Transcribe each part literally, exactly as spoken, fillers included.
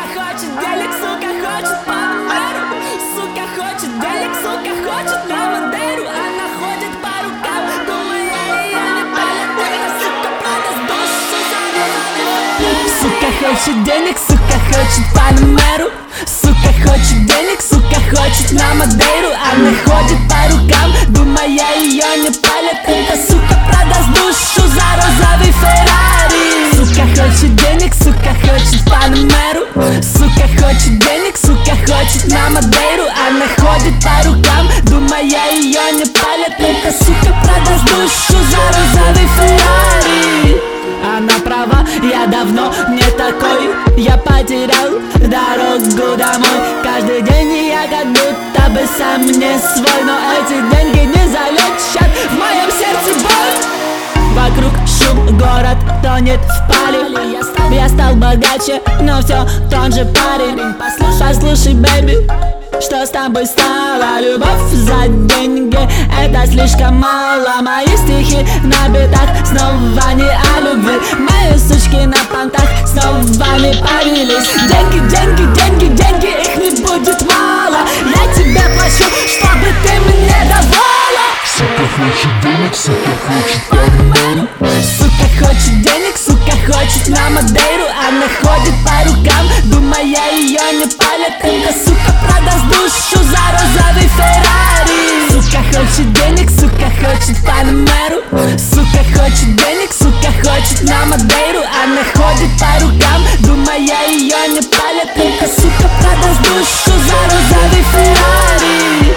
хочет денег, сука, хочет Панамеру. Сука, хочет денег, сука, хочет на Мадейру. Она ходит по рукам, думая, ее не палят. Эта сука продаст душу за розовый. Сука, хочет денег, сука, хочет Панамеру. Сука, хочет денег, сука, хочет на Мадейру. Она ходит по рукам, думая, ее не палят. Эта сука продаст душу за розовый Феррари. Сука, хочет денег, сука, хочет Панамеру. Сука, хочет денег, сука, хочет на Мадейру. Она ходит по рукам, думая, ее не палят. Эта сука продаст душу за розовый Феррари. Она права, я давно не такой. Я потерял дорогу домой. Каждый день я как будто бы сам не свой. Но эти деньги не залечат в моем сердце боль. Вокруг шум, город тонет в пале. Я стал богаче, но все тот же парень. Послушай, бэйби, что с тобой стало? Любовь за деньги, это слишком мало. Мои стихи на битах снова не о любви. Мои сучки на понтах снова не повелись. Деньги, деньги, деньги, деньги, их не будет мало. Я тебе плачу, чтобы ты мне давала. Сука хочет денег, сука хочет Панамеру. Сука хочет денег, сука хочет на Мадейру. Она ходит по рукам, думая, ее не палят. Эта сука продаст душу за розовый Феррари. Сука хочет денег, сука хочет Панамеру. Сука хочет денег, сука хочет на Мадейру. Она ходит по рукам, думая, ее не палят. Эта сука продаст душу за розовый Феррари.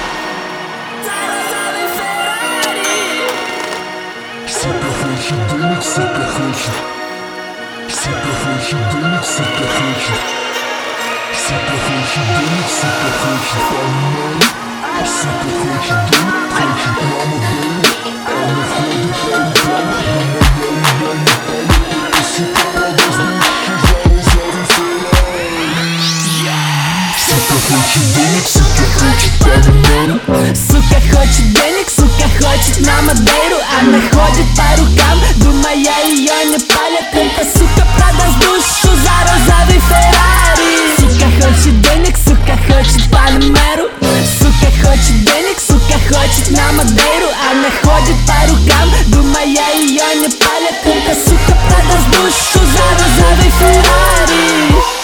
Сука хочет денег, сука хочет. Сука хочет денег, сука хочет. Сука хочет денег, сука хочет Панамеру. Сука хочет денег, хочет на Мадейру. Она ходит по рукам, думая, ее не палят. Эта сука продаст душу за розовый Феррари. Сука хочет денег, сука хочет Панамеру. Сука хочет денег, сука хочет на Мадейру. Она ходит по рукам, думая, ее не палят. Эта сука продаст душу за розовый Феррари. Сука хочет денег, сука хочет Панамеру. Сука хочет денег, сука хочет на Мадейру. Она ходит по рукам, думая, ее не палят. Эта сука продаст душу за розовый Феррари.